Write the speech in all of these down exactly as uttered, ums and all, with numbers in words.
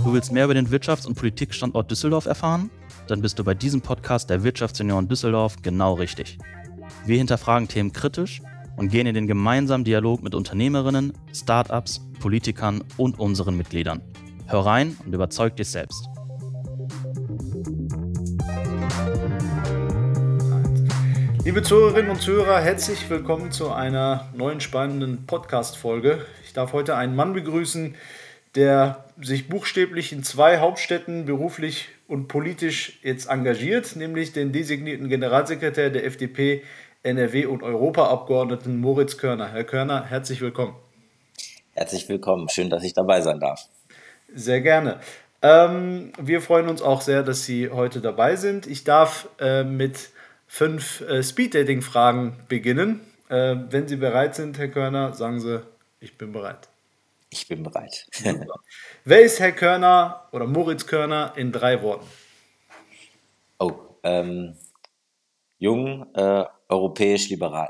Du willst mehr über den Wirtschafts- und Politikstandort Düsseldorf erfahren? Dann bist du bei diesem Podcast der Wirtschaftsunion Düsseldorf genau richtig. Wir hinterfragen Themen kritisch und gehen in den gemeinsamen Dialog mit Unternehmerinnen, Start-ups, Politikern und unseren Mitgliedern. Hör rein und überzeug dich selbst. Liebe Zuhörerinnen und Zuhörer, herzlich willkommen zu einer neuen spannenden Podcast-Folge. Ich darf heute einen Mann begrüßen, der sich buchstäblich in zwei Hauptstädten beruflich und politisch jetzt engagiert, nämlich den designierten Generalsekretär der F D P, N R W und Europaabgeordneten Moritz Körner. Herr Körner, herzlich willkommen. Herzlich willkommen, schön, dass ich dabei sein darf. Sehr gerne. Ähm, wir freuen uns auch sehr, dass Sie heute dabei sind. Ich darf äh, mit fünf äh, Speed-Dating-Fragen beginnen. Äh, wenn Sie bereit sind, Herr Körner, sagen Sie, ich bin bereit. Ich bin bereit. Wer ist Herr Körner oder Moritz Körner in drei Worten? Oh, ähm, jung, äh, europäisch-liberal.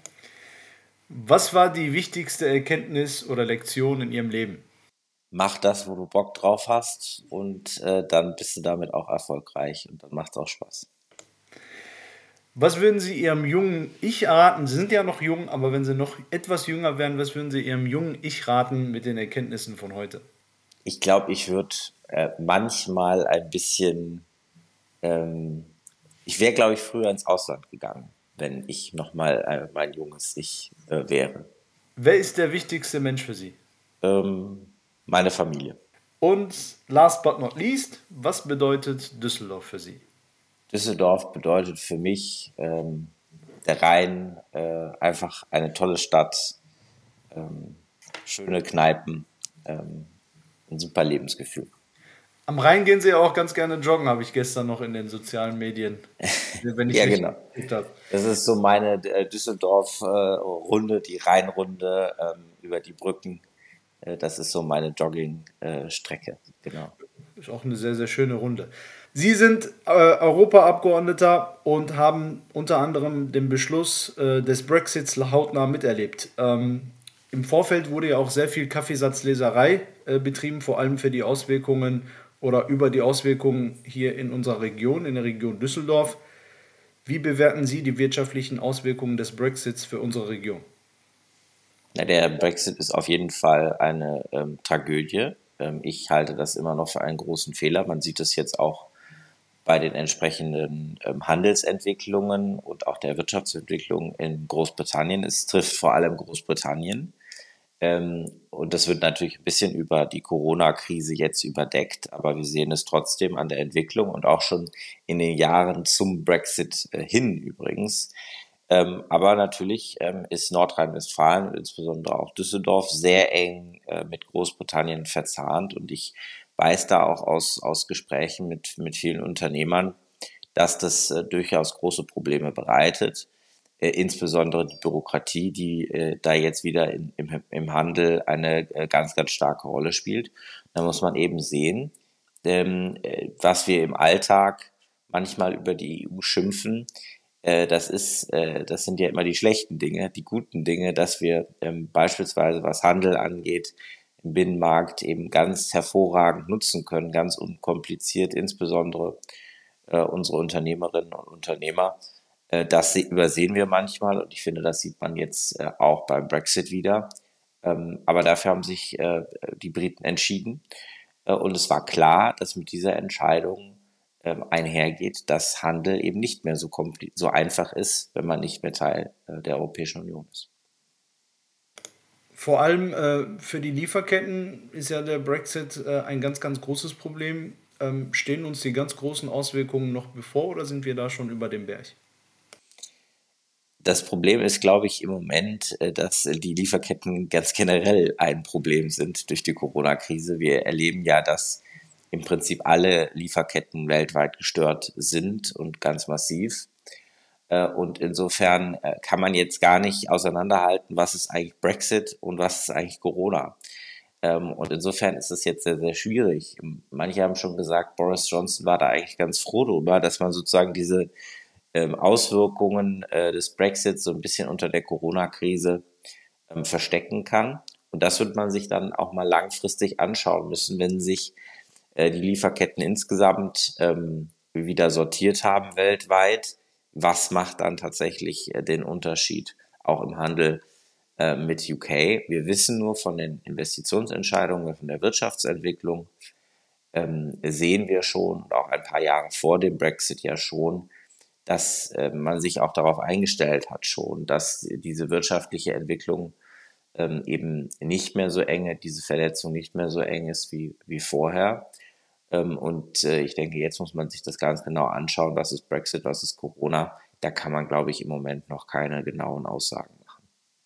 Was war die wichtigste Erkenntnis oder Lektion in Ihrem Leben? Mach das, wo du Bock drauf hast und äh, dann bist du damit auch erfolgreich und dann macht es auch Spaß. Was würden Sie Ihrem jungen Ich raten? Sie sind ja noch jung, aber wenn Sie noch etwas jünger wären, was würden Sie Ihrem jungen Ich raten mit den Erkenntnissen von heute? Ich glaube, ich würde äh, manchmal ein bisschen, ähm, ich wäre, glaube ich, früher ins Ausland gegangen, wenn ich nochmal äh, mein junges Ich äh, wäre. Wer ist der wichtigste Mensch für Sie? Ähm, meine Familie. Und last but not least, was bedeutet Düsseldorf für Sie? Düsseldorf bedeutet für mich ähm, der Rhein, äh, einfach eine tolle Stadt, ähm, schöne Kneipen, ähm, ein super Lebensgefühl. Am Rhein gehen Sie ja auch ganz gerne joggen, habe ich gestern noch in den sozialen Medien. Wenn ich Ja, richtig genau. geguckt habe. Das ist so meine äh, Düsseldorf-Runde, die Rheinrunde ähm, über die Brücken. Äh, das ist so meine Jogging-Strecke, genau. Ist auch eine sehr, sehr schöne Runde. Sie sind äh, Europaabgeordneter und haben unter anderem den Beschluss äh, des Brexits hautnah miterlebt. Ähm, Im Vorfeld wurde ja auch sehr viel Kaffeesatzleserei äh, betrieben, vor allem für die Auswirkungen oder über die Auswirkungen hier in unserer Region, in der Region Düsseldorf. Wie bewerten Sie die wirtschaftlichen Auswirkungen des Brexits für unsere Region? Ja, der Brexit ist auf jeden Fall eine ähm, Tragödie. Ähm, ich halte das immer noch für einen großen Fehler. Man sieht es jetzt auch bei den entsprechenden ähm, Handelsentwicklungen und auch der Wirtschaftsentwicklung in Großbritannien. Es trifft vor allem Großbritannien. Ähm, und das wird natürlich ein bisschen über die Corona-Krise jetzt überdeckt, aber wir sehen es trotzdem an der Entwicklung und auch schon in den Jahren zum Brexit äh, hin übrigens. Ähm, aber natürlich ähm, ist Nordrhein-Westfalen und insbesondere auch Düsseldorf sehr eng äh, mit Großbritannien verzahnt. Und ich weiß da auch aus, aus Gesprächen mit, mit vielen Unternehmern, dass das äh, durchaus große Probleme bereitet. Äh, insbesondere die Bürokratie, die äh, da jetzt wieder in, im, im Handel eine äh, ganz, ganz starke Rolle spielt. Da muss man eben sehen, ähm, äh, was wir im Alltag manchmal über die E U schimpfen, äh, das ist, äh, das sind ja immer die schlechten Dinge, die guten Dinge, dass wir ähm, beispielsweise, was Handel angeht, im Binnenmarkt eben ganz hervorragend nutzen können, ganz unkompliziert, insbesondere äh, unsere Unternehmerinnen und Unternehmer. Äh, das se- übersehen wir manchmal und ich finde, das sieht man jetzt äh, auch beim Brexit wieder. Ähm, aber dafür haben sich äh, die Briten entschieden äh, und es war klar, dass mit dieser Entscheidung ähm, einhergeht, dass Handel eben nicht mehr so, kompli- so einfach ist, wenn man nicht mehr Teil äh, der Europäischen Union ist. Vor allem äh, für die Lieferketten ist ja der Brexit äh, ein ganz, ganz großes Problem. Ähm, stehen uns die ganz großen Auswirkungen noch bevor oder sind wir da schon über dem Berg? Das Problem ist, glaube ich, im Moment, äh, dass äh, die Lieferketten ganz generell ein Problem sind durch die Corona-Krise. Wir erleben ja, dass im Prinzip alle Lieferketten weltweit gestört sind und ganz massiv. Äh, Und insofern äh, kann man jetzt gar nicht auseinanderhalten, was ist eigentlich Brexit und was ist eigentlich Corona. Ähm, Und insofern ist es jetzt sehr, sehr schwierig. Manche haben schon gesagt, Boris Johnson war da eigentlich ganz froh darüber, dass man sozusagen diese ähm, Auswirkungen äh, des Brexits so ein bisschen unter der Corona-Krise ähm, verstecken kann. Und das wird man sich dann auch mal langfristig anschauen müssen, wenn sich äh, die Lieferketten insgesamt ähm, wieder sortiert haben weltweit. Was macht dann tatsächlich äh, den Unterschied auch im Handel äh, mit U K? Wir wissen nur von den Investitionsentscheidungen, von der Wirtschaftsentwicklung, ähm, sehen wir schon, auch ein paar Jahre vor dem Brexit ja schon, dass äh, man sich auch darauf eingestellt hat schon, dass diese wirtschaftliche Entwicklung ähm, eben nicht mehr so enge, diese Verletzung nicht mehr so eng ist wie, wie vorher. Ähm, und äh, ich denke, jetzt muss man sich das ganz genau anschauen, was ist Brexit, was ist Corona. Da kann man, glaube ich, im Moment noch keine genauen Aussagen machen.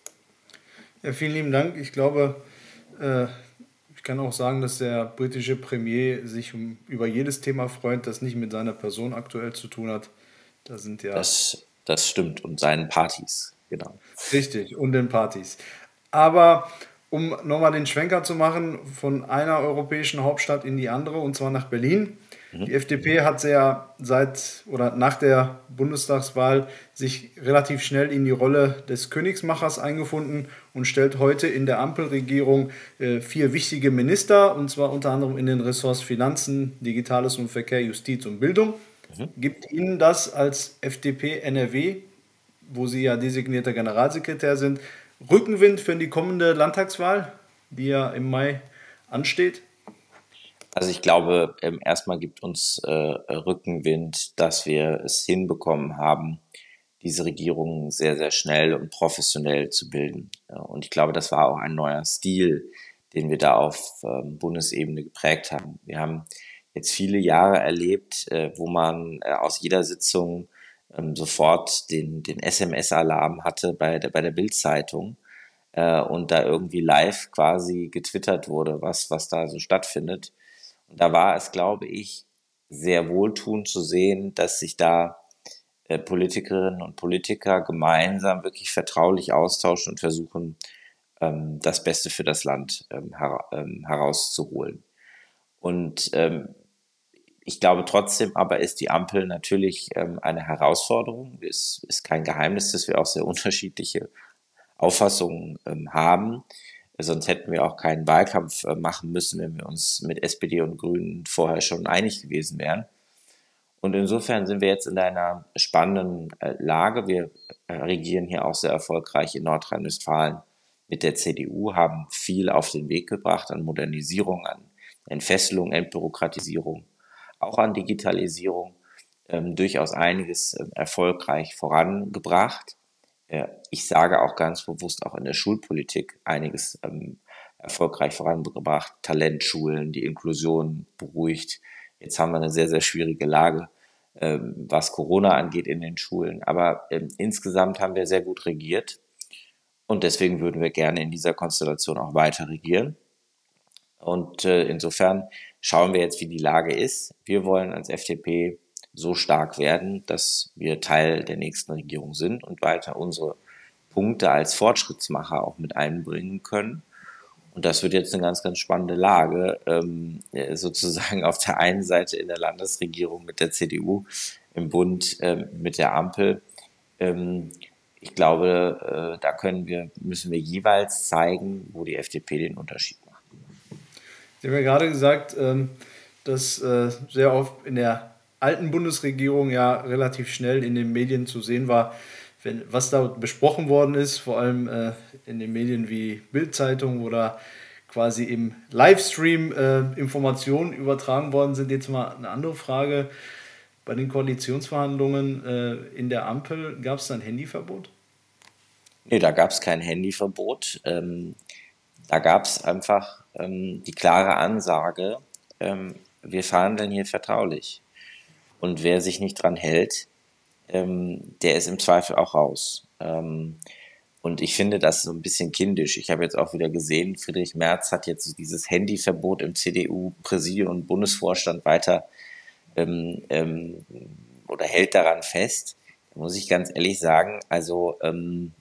Ja, vielen lieben Dank. Ich glaube, äh, ich kann auch sagen, dass der britische Premier sich um, über jedes Thema freut, das nicht mit seiner Person aktuell zu tun hat. Da sind ja Das, das stimmt. Und seinen Partys, genau. richtig und den Partys. Aber um nochmal den Schwenker zu machen von einer europäischen Hauptstadt in die andere, und zwar nach Berlin. Die Mhm. F D P hat ja seit oder nach der Bundestagswahl sich relativ schnell in die Rolle des Königsmachers eingefunden und stellt heute in der Ampelregierung äh, vier wichtige Minister, und zwar unter anderem in den Ressorts Finanzen, Digitales und Verkehr, Justiz und Bildung. Mhm. Gibt Ihnen das als F D P N R W, wo Sie ja designierter Generalsekretär sind, Rückenwind für die kommende Landtagswahl, die ja im Mai ansteht? Also ich glaube, ähm, erstmal gibt uns äh, Rückenwind, dass wir es hinbekommen haben, diese Regierung sehr, sehr schnell und professionell zu bilden. Ja, und ich glaube, das war auch ein neuer Stil, den wir da auf ähm, Bundesebene geprägt haben. Wir haben jetzt viele Jahre erlebt, äh, wo man äh, aus jeder Sitzung ähm, sofort den, den S M S-Alarm hatte bei der, bei der Bild-Zeitung äh, und da irgendwie live quasi getwittert wurde, was, was da so stattfindet. Und da war es, glaube ich, sehr wohltuend zu sehen, dass sich da äh, Politikerinnen und Politiker gemeinsam wirklich vertraulich austauschen und versuchen, ähm, das Beste für das Land ähm, her ähm, herauszuholen. Und ähm, ich glaube trotzdem aber ist die Ampel natürlich ähm, eine Herausforderung. Es ist kein Geheimnis, dass wir auch sehr unterschiedliche Auffassungen ähm, haben. Sonst hätten wir auch keinen Wahlkampf äh, machen müssen, wenn wir uns mit S P D und Grünen vorher schon einig gewesen wären. Und insofern sind wir jetzt in einer spannenden äh, Lage. Wir äh, regieren hier auch sehr erfolgreich in Nordrhein-Westfalen mit der C D U, haben viel auf den Weg gebracht an Modernisierung, an Entfesselung, Entbürokratisierung, auch an Digitalisierung, ähm, durchaus einiges äh, erfolgreich vorangebracht. Äh, ich sage auch ganz bewusst auch in der Schulpolitik einiges ähm, erfolgreich vorangebracht. Talentschulen, die Inklusion beruhigt. Jetzt haben wir eine sehr, sehr schwierige Lage, ähm, was Corona angeht in den Schulen. Aber ähm, insgesamt haben wir sehr gut regiert. Und deswegen würden wir gerne in dieser Konstellation auch weiter regieren. Und äh, insofern schauen wir jetzt, wie die Lage ist. Wir wollen als F D P so stark werden, dass wir Teil der nächsten Regierung sind und weiter unsere Punkte als Fortschrittsmacher auch mit einbringen können. Und das wird jetzt eine ganz, ganz spannende Lage, ähm, sozusagen auf der einen Seite in der Landesregierung mit der C D U, im Bund ähm, mit der Ampel. Ähm, ich glaube, äh, da können wir, müssen wir jeweils zeigen, wo die F D P den Unterschied macht. Sie haben ja gerade gesagt, ähm, dass äh, sehr oft in der alten Bundesregierung ja relativ schnell in den Medien zu sehen war, wenn, was da besprochen worden ist, vor allem äh, in den Medien wie Bild-Zeitung oder quasi im Livestream äh, Informationen übertragen worden sind. Jetzt mal eine andere Frage. Bei den Koalitionsverhandlungen äh, in der Ampel gab es da ein Handyverbot? Nee, da gab es kein Handyverbot. Ähm, da gab es einfach ähm, die klare Ansage, ähm, wir verhandeln hier vertraulich. Und wer sich nicht dran hält, ähm, der ist im Zweifel auch raus. Ähm, und ich finde das so ein bisschen kindisch. Ich habe jetzt auch wieder gesehen, Friedrich Merz hat jetzt dieses Handyverbot im C D U-Präsidium und Bundesvorstand weiter ähm, ähm, oder hält daran fest. Da muss ich ganz ehrlich sagen, also ähm,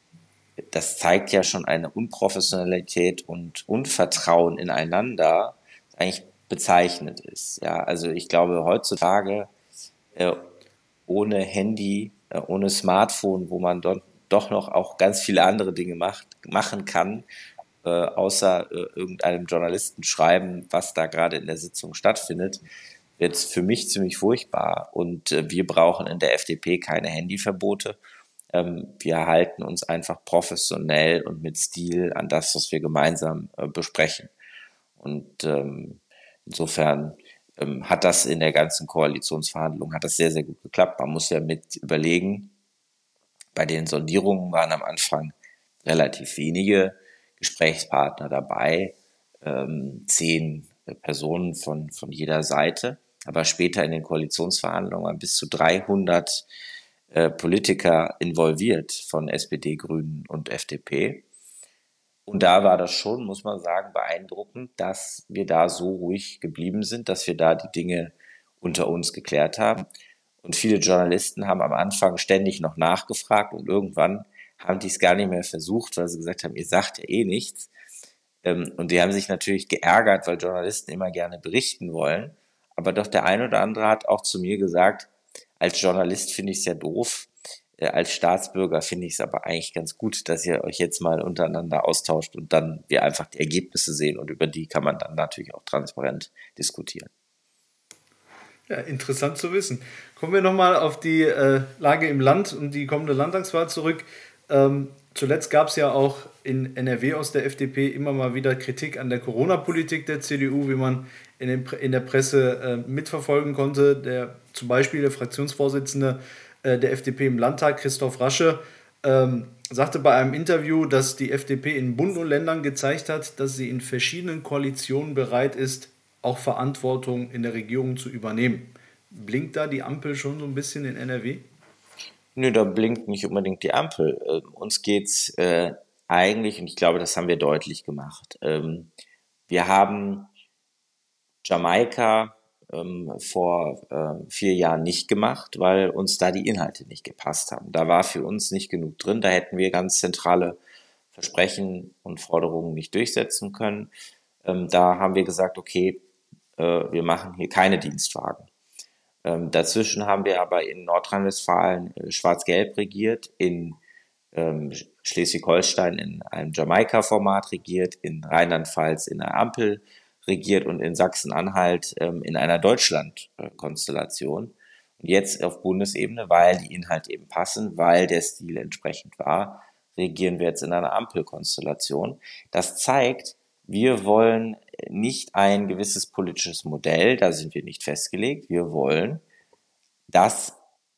das zeigt ja schon eine Unprofessionalität und Unvertrauen ineinander, das eigentlich bezeichnend ist. Ja, also ich glaube heutzutage äh, ohne Handy, äh, ohne Smartphone, wo man dort doch noch auch ganz viele andere Dinge macht, machen kann, äh, außer äh, irgendeinem Journalisten schreiben, was da gerade in der Sitzung stattfindet, wird es für mich ziemlich furchtbar. Und äh, wir brauchen in der F D P keine Handyverbote. Ähm, wir halten uns einfach professionell und mit Stil an das, was wir gemeinsam äh, besprechen. Und ähm, insofern ähm, hat das in der ganzen Koalitionsverhandlung hat das sehr, sehr gut geklappt. Man muss ja mit überlegen, bei den Sondierungen waren am Anfang relativ wenige Gesprächspartner dabei, ähm, zehn Personen von, von jeder Seite. Aber später in den Koalitionsverhandlungen waren bis zu dreihundert äh, Politiker involviert von S P D, Grünen und F D P. Und da war das schon, muss man sagen, beeindruckend, dass wir da so ruhig geblieben sind, dass wir da die Dinge unter uns geklärt haben. Und viele Journalisten haben am Anfang ständig noch nachgefragt und irgendwann haben die es gar nicht mehr versucht, weil sie gesagt haben, ihr sagt ja eh nichts. Und die haben sich natürlich geärgert, weil Journalisten immer gerne berichten wollen. Aber doch der ein oder andere hat auch zu mir gesagt, als Journalist finde ich es ja doof, als Staatsbürger finde ich es aber eigentlich ganz gut, dass ihr euch jetzt mal untereinander austauscht und dann wir einfach die Ergebnisse sehen und über die kann man dann natürlich auch transparent diskutieren. Ja, interessant zu wissen. Kommen wir nochmal auf die äh, Lage im Land und die kommende Landtagswahl zurück. Ähm, zuletzt gab es ja auch in N R W aus der F D P immer mal wieder Kritik an der Corona-Politik der C D U, wie man in, den, in der Presse äh, mitverfolgen konnte. Der, zum Beispiel der Fraktionsvorsitzende äh, der F D P im Landtag, Christoph Rasche, ähm, sagte bei einem Interview, dass die F D P in Bund und Ländern gezeigt hat, dass sie in verschiedenen Koalitionen bereit ist, auch Verantwortung in der Regierung zu übernehmen. Blinkt da die Ampel schon so ein bisschen in N R W? Nö, da blinkt nicht unbedingt die Ampel. Äh, uns geht's äh, eigentlich, und ich glaube, das haben wir deutlich gemacht. Ähm, wir haben Jamaika ähm, vor äh, vier Jahren nicht gemacht, weil uns da die Inhalte nicht gepasst haben. Da war für uns nicht genug drin. Da hätten wir ganz zentrale Versprechen und Forderungen nicht durchsetzen können. Ähm, da haben wir gesagt, okay, äh, wir machen hier keine Dienstwagen. Ähm, dazwischen haben wir aber in Nordrhein-Westfalen äh, schwarz-gelb regiert, in ähm, Schleswig-Holstein in einem Jamaika-Format regiert, in Rheinland-Pfalz in einer Ampel regiert und in Sachsen-Anhalt ähm, in einer Deutschland-Konstellation. Und jetzt auf Bundesebene, weil die Inhalte eben passen, weil der Stil entsprechend war, regieren wir jetzt in einer Ampelkonstellation. Das zeigt, wir wollen nicht ein gewisses politisches Modell, da sind wir nicht festgelegt. Wir wollen, dass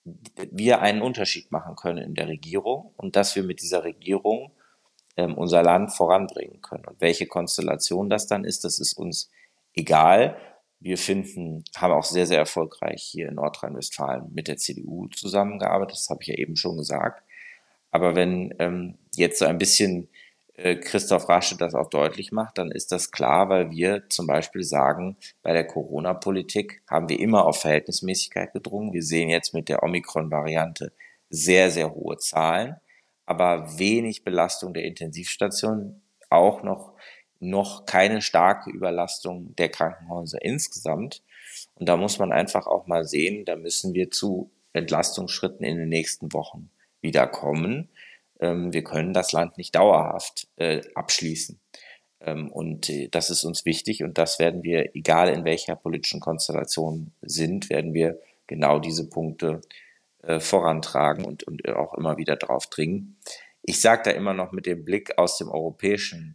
wir einen Unterschied machen können in der Regierung und dass wir mit dieser Regierung ähm, unser Land voranbringen können. Und welche Konstellation das dann ist, das ist uns egal. Wir finden, haben auch sehr, sehr erfolgreich hier in Nordrhein-Westfalen mit der C D U zusammengearbeitet. Das habe ich ja eben schon gesagt. Aber wenn ähm, jetzt so ein bisschen äh, Christoph Rasche das auch deutlich macht, dann ist das klar, weil wir zum Beispiel sagen, bei der Corona-Politik haben wir immer auf Verhältnismäßigkeit gedrungen. Wir sehen jetzt mit der Omikron-Variante sehr, sehr hohe Zahlen, aber wenig Belastung der Intensivstationen, auch noch, noch keine starke Überlastung der Krankenhäuser insgesamt. Und da muss man einfach auch mal sehen, da müssen wir zu Entlastungsschritten in den nächsten Wochen wieder kommen. Ähm, wir können das Land nicht dauerhaft äh, abschließen. Ähm, und äh, das ist uns wichtig und das werden wir, egal in welcher politischen Konstellation sind, werden wir genau diese Punkte äh, vorantragen und, und auch immer wieder drauf dringen. Ich sage da immer noch mit dem Blick aus dem europäischen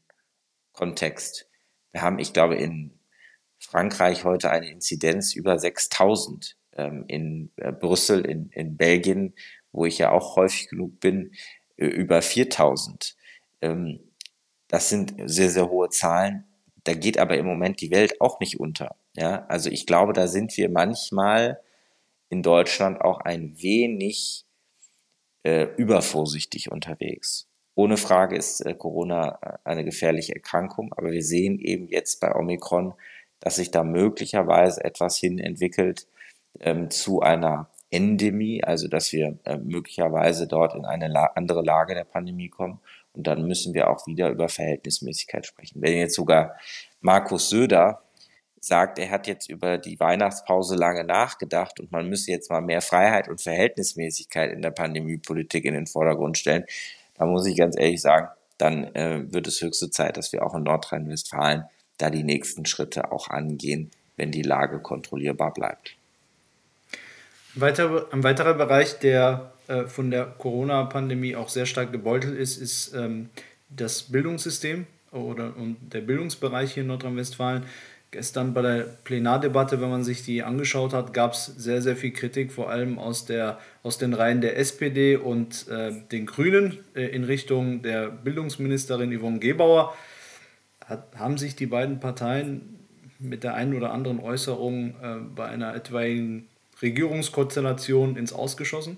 Kontext. Wir haben, ich glaube, in Frankreich heute eine Inzidenz über sechstausend, ähm, in äh, Brüssel, in, in Belgien, wo ich ja auch häufig genug bin, über viertausend. Ähm, das sind sehr, sehr hohe Zahlen. Da geht aber im Moment die Welt auch nicht unter. Ja, also ich glaube, da sind wir manchmal in Deutschland auch ein wenig äh, übervorsichtig unterwegs. Ohne Frage ist äh, Corona eine gefährliche Erkrankung, aber wir sehen eben jetzt bei Omikron, dass sich da möglicherweise etwas hin entwickelt ähm, zu einer Endemie, also dass wir äh, möglicherweise dort in eine La- andere Lage der Pandemie kommen. Und dann müssen wir auch wieder über Verhältnismäßigkeit sprechen. Wenn jetzt sogar Markus Söder sagt, er hat jetzt über die Weihnachtspause lange nachgedacht und man müsse jetzt mal mehr Freiheit und Verhältnismäßigkeit in der Pandemiepolitik in den Vordergrund stellen, da muss ich ganz ehrlich sagen, dann äh, wird es höchste Zeit, dass wir auch in Nordrhein-Westfalen da die nächsten Schritte auch angehen, wenn die Lage kontrollierbar bleibt. Ein weiterer, ein weiterer Bereich, der äh, von der Corona-Pandemie auch sehr stark gebeutelt ist, ist ähm, das Bildungssystem oder und der Bildungsbereich hier in Nordrhein-Westfalen. Gestern bei der Plenardebatte, wenn man sich die angeschaut hat, gab es sehr, sehr viel Kritik, vor allem aus, der, aus den Reihen der S P D und äh, den Grünen äh, in Richtung der Bildungsministerin Yvonne Gebauer. Hat, haben sich die beiden Parteien mit der einen oder anderen Äußerung äh, bei einer etwaigen Regierungskonstellation ins Ausgeschossen?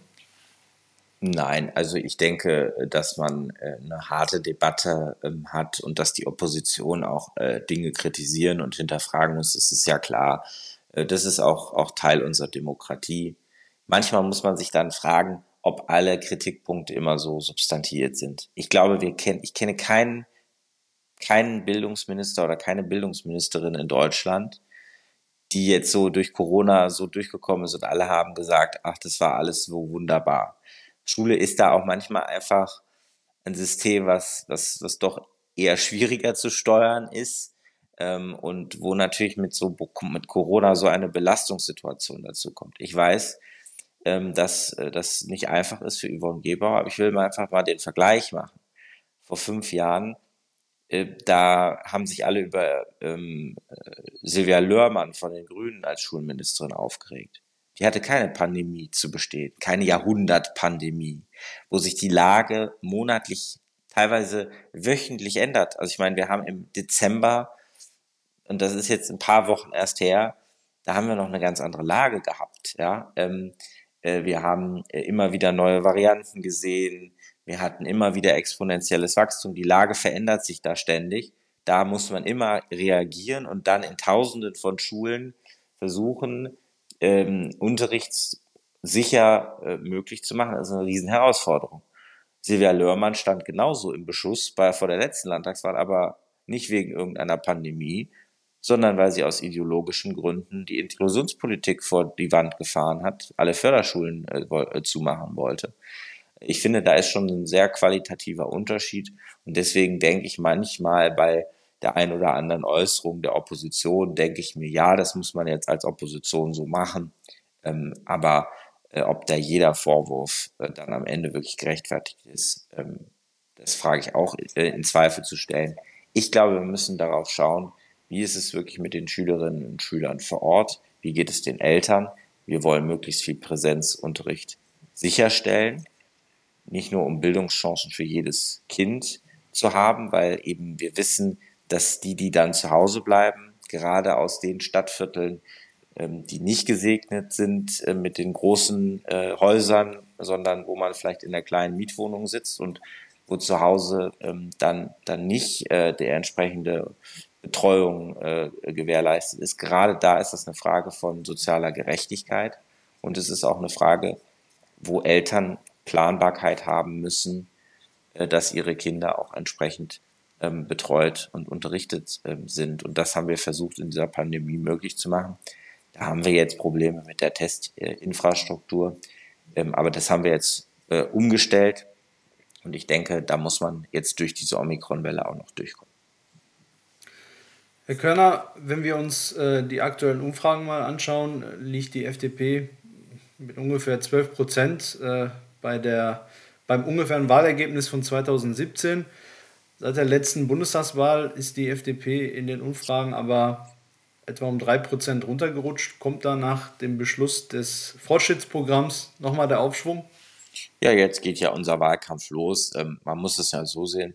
Nein, also ich denke, dass man äh, eine harte Debatte ähm, hat und dass die Opposition auch äh, Dinge kritisieren und hinterfragen muss, das ist ja klar. Äh, das ist auch, auch Teil unserer Demokratie. Manchmal muss man sich dann fragen, ob alle Kritikpunkte immer so substantiiert sind. Ich glaube, wir kennen, ich kenne keinen, keinen Bildungsminister oder keine Bildungsministerin in Deutschland, die jetzt so durch Corona so durchgekommen ist und alle haben gesagt, ach, das war alles so wunderbar. Schule ist da auch manchmal einfach ein System, was, was, was doch eher schwieriger zu steuern ist, ähm, und wo natürlich mit so mit Corona so eine Belastungssituation dazu kommt. Ich weiß, ähm, dass äh, das nicht einfach ist für Yvonne Gebauer, aber ich will mal einfach mal den Vergleich machen. Vor fünf Jahren, äh, da haben sich alle über ähm, äh, Silvia Löhrmann von den Grünen als Schulministerin aufgeregt. Die hatte keine Pandemie zu bestehen, keine Jahrhundertpandemie, wo sich die Lage monatlich, teilweise wöchentlich ändert. Also ich meine, wir haben im Dezember, und das ist jetzt ein paar Wochen erst her, da haben wir noch eine ganz andere Lage gehabt. Ja, ähm, äh, wir haben äh, immer wieder neue Varianten gesehen. Wir hatten immer wieder exponentielles Wachstum. Die Lage verändert sich da ständig. Da muss man immer reagieren und dann in Tausenden von Schulen versuchen, ähm, unterrichtssicher äh, möglich zu machen. Das ist eine riesen Herausforderung. Silvia Löhrmann stand genauso im Beschuss bei, vor der letzten Landtagswahl, aber nicht wegen irgendeiner Pandemie, sondern weil sie aus ideologischen Gründen die Inklusionspolitik vor die Wand gefahren hat, alle Förderschulen äh, äh, zumachen wollte. Ich finde, da ist schon ein sehr qualitativer Unterschied und deswegen denke ich manchmal bei der ein oder anderen Äußerung der Opposition, denke ich mir, ja, das muss man jetzt als Opposition so machen, ähm, aber äh, ob da jeder Vorwurf äh, dann am Ende wirklich gerechtfertigt ist, ähm, das frage ich auch äh, in Zweifel zu stellen. Ich glaube, wir müssen darauf schauen, wie ist es wirklich mit den Schülerinnen und Schülern vor Ort, wie geht es den Eltern. Wir wollen möglichst viel Präsenzunterricht sicherstellen, nicht nur um Bildungschancen für jedes Kind zu haben, weil eben wir wissen, dass die, die dann zu Hause bleiben, gerade aus den Stadtvierteln, ähm, die nicht gesegnet sind äh, mit den großen äh, Häusern, sondern wo man vielleicht in der kleinen Mietwohnung sitzt und wo zu Hause ähm, dann, dann nicht äh, der entsprechende Betreuung äh, gewährleistet ist. Gerade da ist das eine Frage von sozialer Gerechtigkeit und es ist auch eine Frage, wo Eltern Planbarkeit haben müssen, äh, dass ihre Kinder auch entsprechend ähm, betreut und unterrichtet ähm, sind. Und das haben wir versucht in dieser Pandemie möglich zu machen. Da haben wir jetzt Probleme mit der Testinfrastruktur, ähm, aber das haben wir jetzt äh, umgestellt. Und ich denke, da muss man jetzt durch diese Omikron-Welle auch noch durchkommen. Herr Körner, wenn wir uns äh, die aktuellen Umfragen mal anschauen, liegt die F D P mit ungefähr zwölf Prozent äh, bei der, beim ungefähren Wahlergebnis von zweitausendsiebzehn. Seit der letzten Bundestagswahl ist die F D P in den Umfragen aber etwa um drei Prozent runtergerutscht. Kommt da nach dem Beschluss des Fortschrittsprogramms nochmal der Aufschwung? Ja, jetzt geht ja unser Wahlkampf los. Ähm, man muss es ja so sehen.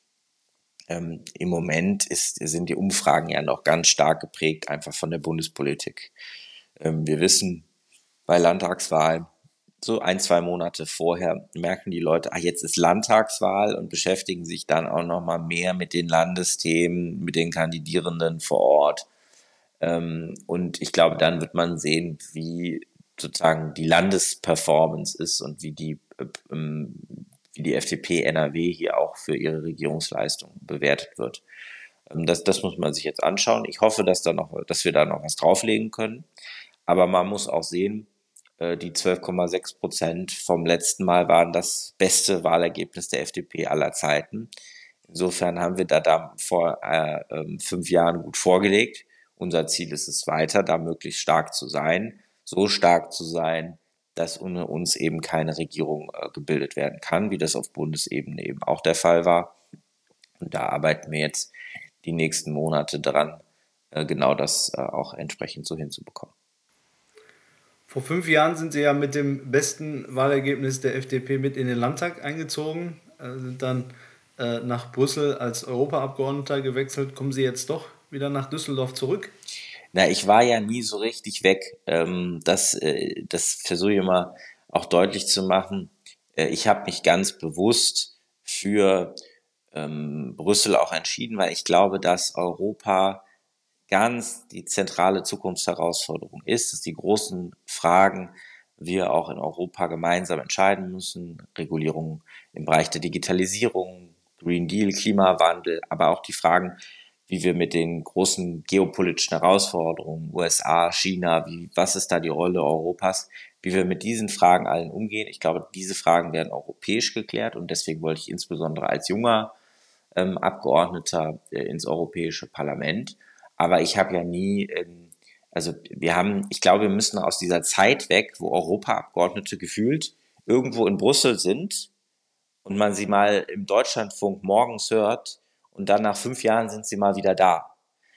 Ähm, im Moment ist, sind die Umfragen ja noch ganz stark geprägt einfach von der Bundespolitik. Ähm, wir wissen, bei Landtagswahlen, so ein, zwei Monate vorher, merken die Leute, ah, jetzt ist Landtagswahl und beschäftigen sich dann auch noch mal mehr mit den Landesthemen, mit den Kandidierenden vor Ort. Ähm, und ich glaube, dann wird man sehen, wie sozusagen die Landesperformance ist und wie die äh, ähm, wie die F D P N R W hier auch für ihre Regierungsleistung bewertet wird. Ähm, das, das muss man sich jetzt anschauen. Ich hoffe, dass da noch, dass wir da noch was drauflegen können. Aber man muss auch sehen, äh, die zwölf Komma sechs Prozent vom letzten Mal waren das beste Wahlergebnis der F D P aller Zeiten. Insofern haben wir da, da vor äh, fünf Jahren gut vorgelegt. Unser Ziel ist es weiter, da möglichst stark zu sein, so stark zu sein, dass ohne uns eben keine Regierung äh, gebildet werden kann, wie das auf Bundesebene eben auch der Fall war. Und da arbeiten wir jetzt die nächsten Monate dran, äh, genau das äh, auch entsprechend so hinzubekommen. Vor fünf Jahren sind Sie ja mit dem besten Wahlergebnis der F D P mit in den Landtag eingezogen, äh, sind dann äh, nach Brüssel als Europaabgeordneter gewechselt. Kommen Sie jetzt doch wieder nach Düsseldorf zurück? Na, ich war ja nie so richtig weg. Ähm, das, äh, das versuche ich immer auch deutlich zu machen. Äh, ich habe mich ganz bewusst für ähm, Brüssel auch entschieden, weil ich glaube, dass Europa ganz die zentrale Zukunftsherausforderung ist, dass die großen Fragen wir auch in Europa gemeinsam entscheiden müssen. Regulierung im Bereich der Digitalisierung, Green Deal, Klimawandel, aber auch die Fragen, wie wir mit den großen geopolitischen Herausforderungen, U S A, China, wie, was ist da die Rolle Europas, wie wir mit diesen Fragen allen umgehen. Ich glaube, diese Fragen werden europäisch geklärt und deswegen wollte ich insbesondere als junger ähm, Abgeordneter äh, ins Europäische Parlament. Aber ich habe ja nie, ähm, also wir haben, ich glaube, wir müssen aus dieser Zeit weg, wo Europaabgeordnete gefühlt irgendwo in Brüssel sind und man sie mal im Deutschlandfunk morgens hört und dann nach fünf Jahren sind sie mal wieder da.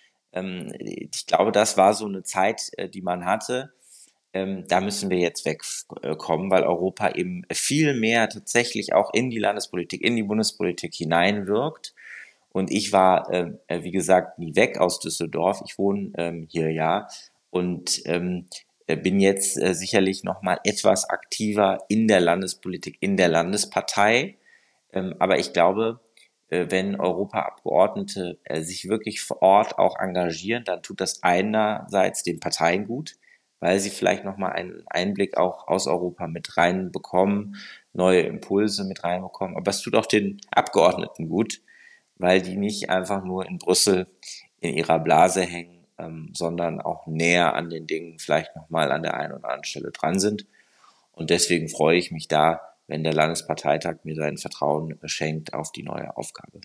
Ähm, ich glaube, das war so eine Zeit, äh, die man hatte. Ähm, da müssen wir jetzt wegkommen, weil Europa eben viel mehr tatsächlich auch in die Landespolitik, in die Bundespolitik hineinwirkt. Und ich war, äh, wie gesagt, nie weg aus Düsseldorf. Ich wohne ähm, hier ja und ähm, bin jetzt äh, sicherlich noch mal etwas aktiver in der Landespolitik, in der Landespartei. Ähm, aber ich glaube, äh, wenn Europaabgeordnete äh, sich wirklich vor Ort auch engagieren, dann tut das einerseits den Parteien gut, weil sie vielleicht noch mal einen Einblick auch aus Europa mit reinbekommen, neue Impulse mit reinbekommen. Aber es tut auch den Abgeordneten gut, weil die nicht einfach nur in Brüssel in ihrer Blase hängen, ähm, sondern auch näher an den Dingen vielleicht nochmal an der einen oder anderen Stelle dran sind. Und deswegen freue ich mich da, wenn der Landesparteitag mir sein Vertrauen schenkt auf die neue Aufgabe.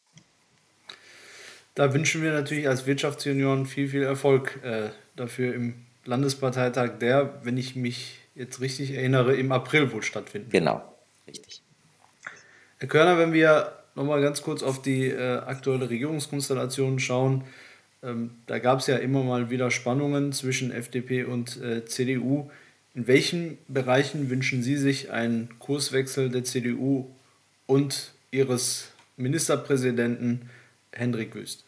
Da wünschen wir natürlich als Wirtschaftsunion viel, viel Erfolg äh, dafür im Landesparteitag, der, wenn ich mich jetzt richtig erinnere, im April wohl stattfinden wird. Genau, richtig. Herr Körner, wenn wir nochmal ganz kurz auf die äh, aktuelle Regierungskonstellation schauen, ähm, da gab es ja immer mal wieder Spannungen zwischen F D P und äh, C D U. In welchen Bereichen wünschen Sie sich einen Kurswechsel der C D U und Ihres Ministerpräsidenten Hendrik Wüst?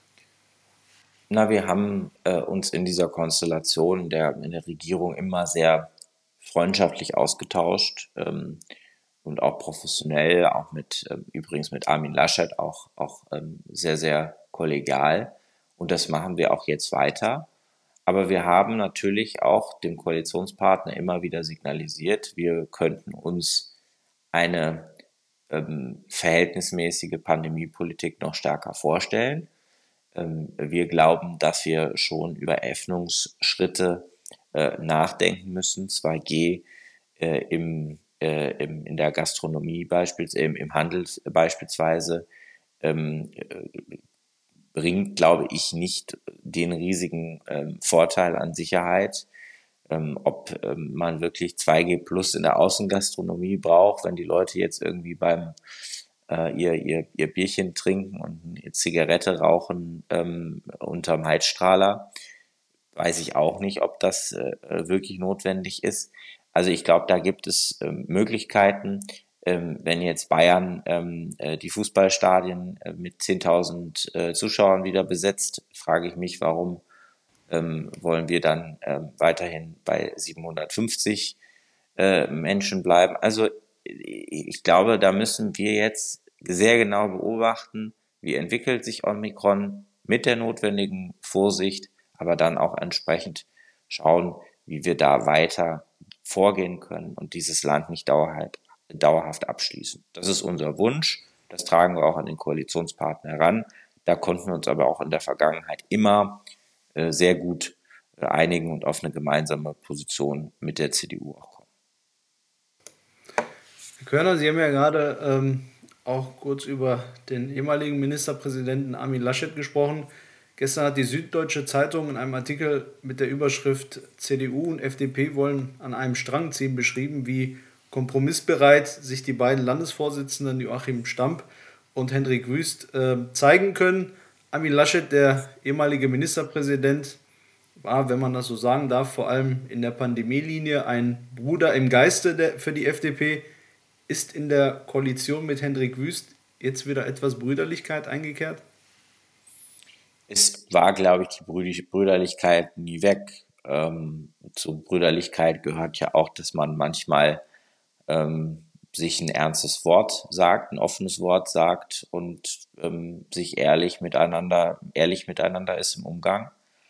Na, wir haben äh, uns in dieser Konstellation der, in der Regierung immer sehr freundschaftlich ausgetauscht ähm, und auch professionell, auch mit, ähm, übrigens mit Armin Laschet, auch, auch ähm, sehr, sehr kollegial. Und das machen wir auch jetzt weiter. Aber wir haben natürlich auch dem Koalitionspartner immer wieder signalisiert, wir könnten uns eine ähm, verhältnismäßige Pandemiepolitik noch stärker vorstellen. Ähm, wir glauben, dass wir schon über Öffnungsschritte äh, nachdenken müssen. zwei G äh, im, äh, im, in der Gastronomie beispielsweise, im, im Handel beispielsweise, ähm, äh, bringt, glaube ich, nicht den riesigen ähm, Vorteil an Sicherheit. Ähm, ob ähm, man wirklich zwei G plus in der Außengastronomie braucht, wenn die Leute jetzt irgendwie beim äh, ihr, ihr, ihr Bierchen trinken und eine Zigarette rauchen ähm, unterm Heizstrahler, weiß ich auch nicht, ob das äh, wirklich notwendig ist. Also ich glaube, da gibt es ähm, Möglichkeiten. Ähm, wenn jetzt Bayern ähm, äh, die Fußballstadien äh, mit zehntausend äh, Zuschauern wieder besetzt, frage ich mich, warum ähm, wollen wir dann ähm, weiterhin bei siebenhundertfünfzig äh, Menschen bleiben. Also ich glaube, da müssen wir jetzt sehr genau beobachten, wie entwickelt sich Omikron mit der notwendigen Vorsicht, aber dann auch entsprechend schauen, wie wir da weiter vorgehen können und dieses Land nicht dauerhaft, dauerhaft abschließen. Das ist unser Wunsch, das tragen wir auch an den Koalitionspartner heran. Da konnten wir uns aber auch in der Vergangenheit immer äh, sehr gut äh, einigen und auf eine gemeinsame Position mit der C D U auch kommen. Herr Körner, Sie haben ja gerade ähm, auch kurz über den ehemaligen Ministerpräsidenten Armin Laschet gesprochen. Gestern hat die Süddeutsche Zeitung in einem Artikel mit der Überschrift C D U und F D P wollen an einem Strang ziehen beschrieben, wie kompromissbereit sich die beiden Landesvorsitzenden Joachim Stamp und Hendrik Wüst äh, zeigen können. Armin Laschet, der ehemalige Ministerpräsident, war, wenn man das so sagen darf, vor allem in der Pandemielinie ein Bruder im Geiste der, für die F D P. Ist in der Koalition mit Hendrik Wüst jetzt wieder etwas Brüderlichkeit eingekehrt? Es war, glaube ich, die Brüder- Brüderlichkeit nie weg. Ähm, zur Brüderlichkeit gehört ja auch, dass man manchmal ähm, sich ein ernstes Wort sagt, ein offenes Wort sagt und ähm, sich ehrlich miteinander, ehrlich miteinander ist im Umgang.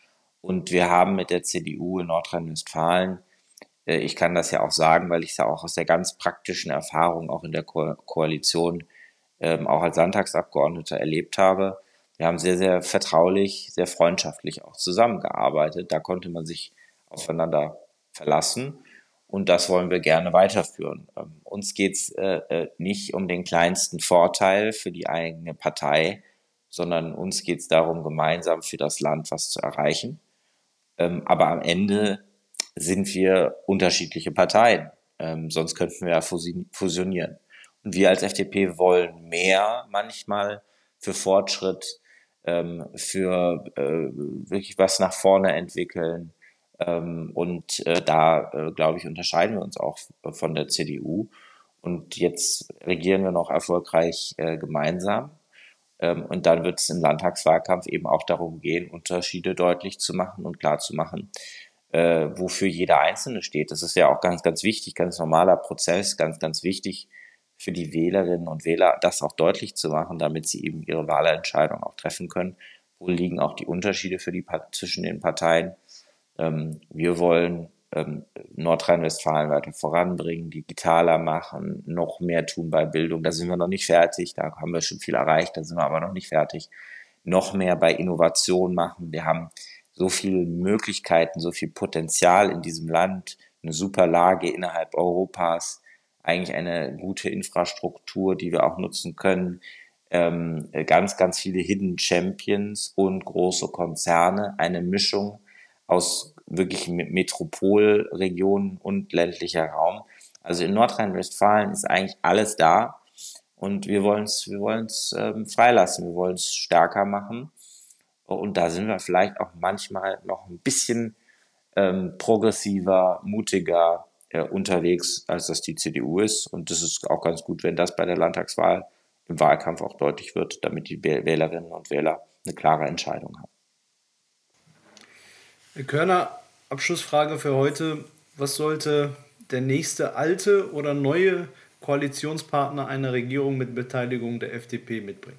Und wir haben mit der C D U in Nordrhein-Westfalen, äh, ich kann das ja auch sagen, weil ich es ja auch aus der ganz praktischen Erfahrung auch in der Ko Koalition, ähm, auch als Landtagsabgeordneter erlebt habe. Wir haben sehr, sehr vertraulich, sehr freundschaftlich auch zusammengearbeitet. Da konnte man sich aufeinander verlassen. Und das wollen wir gerne weiterführen. Ähm, uns geht's äh, äh, nicht um den kleinsten Vorteil für die eigene Partei, sondern uns geht's darum, gemeinsam für das Land was zu erreichen. Ähm, aber am Ende sind wir unterschiedliche Parteien. Ähm, sonst könnten wir ja fusi- fusionieren. Und wir als F D P wollen mehr manchmal für Fortschritt, ähm, für äh, wirklich was nach vorne entwickeln. Ähm, und äh, da, äh, glaube ich, unterscheiden wir uns auch von der C D U. Und jetzt regieren wir noch erfolgreich äh, gemeinsam. Ähm, und dann wird es im Landtagswahlkampf eben auch darum gehen, Unterschiede deutlich zu machen und klar zu machen, äh, wofür jeder Einzelne steht. Das ist ja auch ganz, ganz wichtig, ganz normaler Prozess, ganz, ganz wichtig für die Wählerinnen und Wähler, das auch deutlich zu machen, damit sie eben ihre Wahlentscheidung auch treffen können. Wo liegen auch die Unterschiede für die, zwischen den Parteien? Ähm, wir wollen ähm, Nordrhein-Westfalen weiter voranbringen, digitaler machen, noch mehr tun bei Bildung. Da sind wir noch nicht fertig, da haben wir schon viel erreicht, da sind wir aber noch nicht fertig. Noch mehr bei Innovation machen. Wir haben so viele Möglichkeiten, so viel Potenzial in diesem Land, eine super Lage innerhalb Europas, eigentlich eine gute Infrastruktur, die wir auch nutzen können. Ähm, ganz, ganz viele Hidden Champions und große Konzerne, eine Mischung aus wirklich Metropolregionen und ländlicher Raum. Also in Nordrhein-Westfalen ist eigentlich alles da und wir wollen es wir wollen's, ähm, freilassen, wir wollen es stärker machen. Und da sind wir vielleicht auch manchmal noch ein bisschen ähm, progressiver, mutiger äh, unterwegs, als das die C D U ist. Und das ist auch ganz gut, wenn das bei der Landtagswahl im Wahlkampf auch deutlich wird, damit die Wählerinnen und Wähler eine klare Entscheidung haben. Herr Körner, Abschlussfrage für heute. Was sollte der nächste alte oder neue Koalitionspartner einer Regierung mit Beteiligung der F D P mitbringen?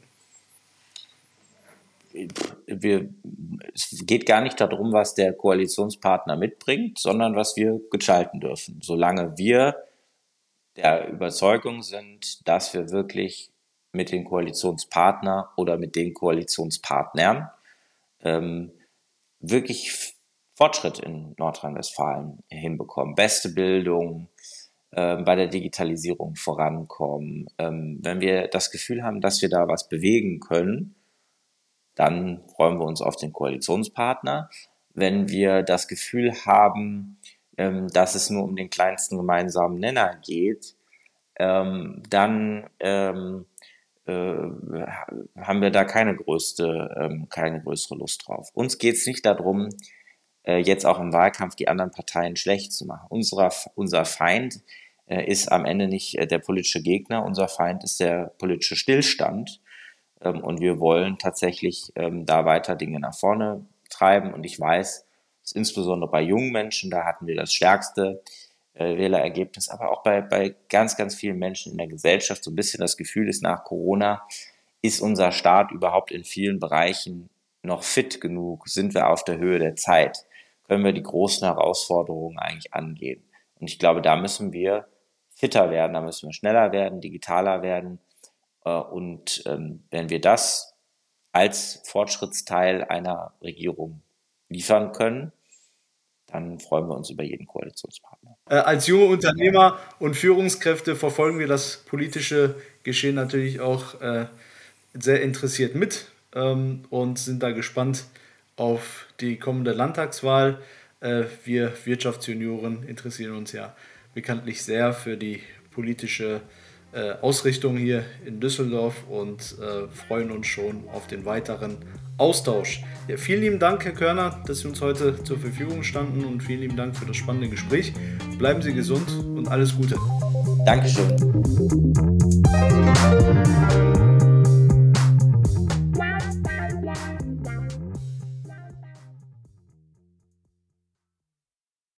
Wir, es geht gar nicht darum, was der Koalitionspartner mitbringt, sondern was wir gestalten dürfen. Solange wir der Überzeugung sind, dass wir wirklich mit den Koalitionspartner oder mit den Koalitionspartnern ähm, wirklich Fortschritt in Nordrhein-Westfalen hinbekommen. Beste Bildung, ähm, bei der Digitalisierung vorankommen. Ähm, wenn wir das Gefühl haben, dass wir da was bewegen können, dann freuen wir uns auf den Koalitionspartner. Wenn wir das Gefühl haben, ähm, dass es nur um den kleinsten gemeinsamen Nenner geht, ähm, dann ähm, äh, haben wir da keine größte, ähm, keine größere Lust drauf. Uns geht es nicht darum, äh, jetzt auch im Wahlkampf die anderen Parteien schlecht zu machen. Unserer, unser Feind äh, ist am Ende nicht äh, der politische Gegner, unser Feind ist der politische Stillstand. Ähm, und wir wollen tatsächlich ähm, da weiter Dinge nach vorne treiben. Und ich weiß, dass insbesondere bei jungen Menschen, da hatten wir das stärkste äh, Wählerergebnis, aber auch bei, bei ganz, ganz vielen Menschen in der Gesellschaft so ein bisschen das Gefühl ist, nach Corona ist unser Staat überhaupt in vielen Bereichen noch fit genug? Sind wir auf der Höhe der Zeit? Können wir die großen Herausforderungen eigentlich angehen? Und ich glaube, da müssen wir fitter werden, da müssen wir schneller werden, digitaler werden. Und ähm, wenn wir das als Fortschrittsteil einer Regierung liefern können, dann freuen wir uns über jeden Koalitionspartner. Äh, als junge Unternehmer und Führungskräfte verfolgen wir das politische Geschehen natürlich auch äh, sehr interessiert mit ähm, und sind da gespannt auf die kommende Landtagswahl. Äh, wir Wirtschaftsjunioren interessieren uns ja bekanntlich sehr für die politische äh, Ausrichtung hier in Düsseldorf und äh, freuen uns schon auf den weiteren Austausch. Ja, vielen lieben Dank, Herr Körner, dass Sie uns heute zur Verfügung standen und vielen lieben Dank für das spannende Gespräch. Bleiben Sie gesund und alles Gute. Dankeschön.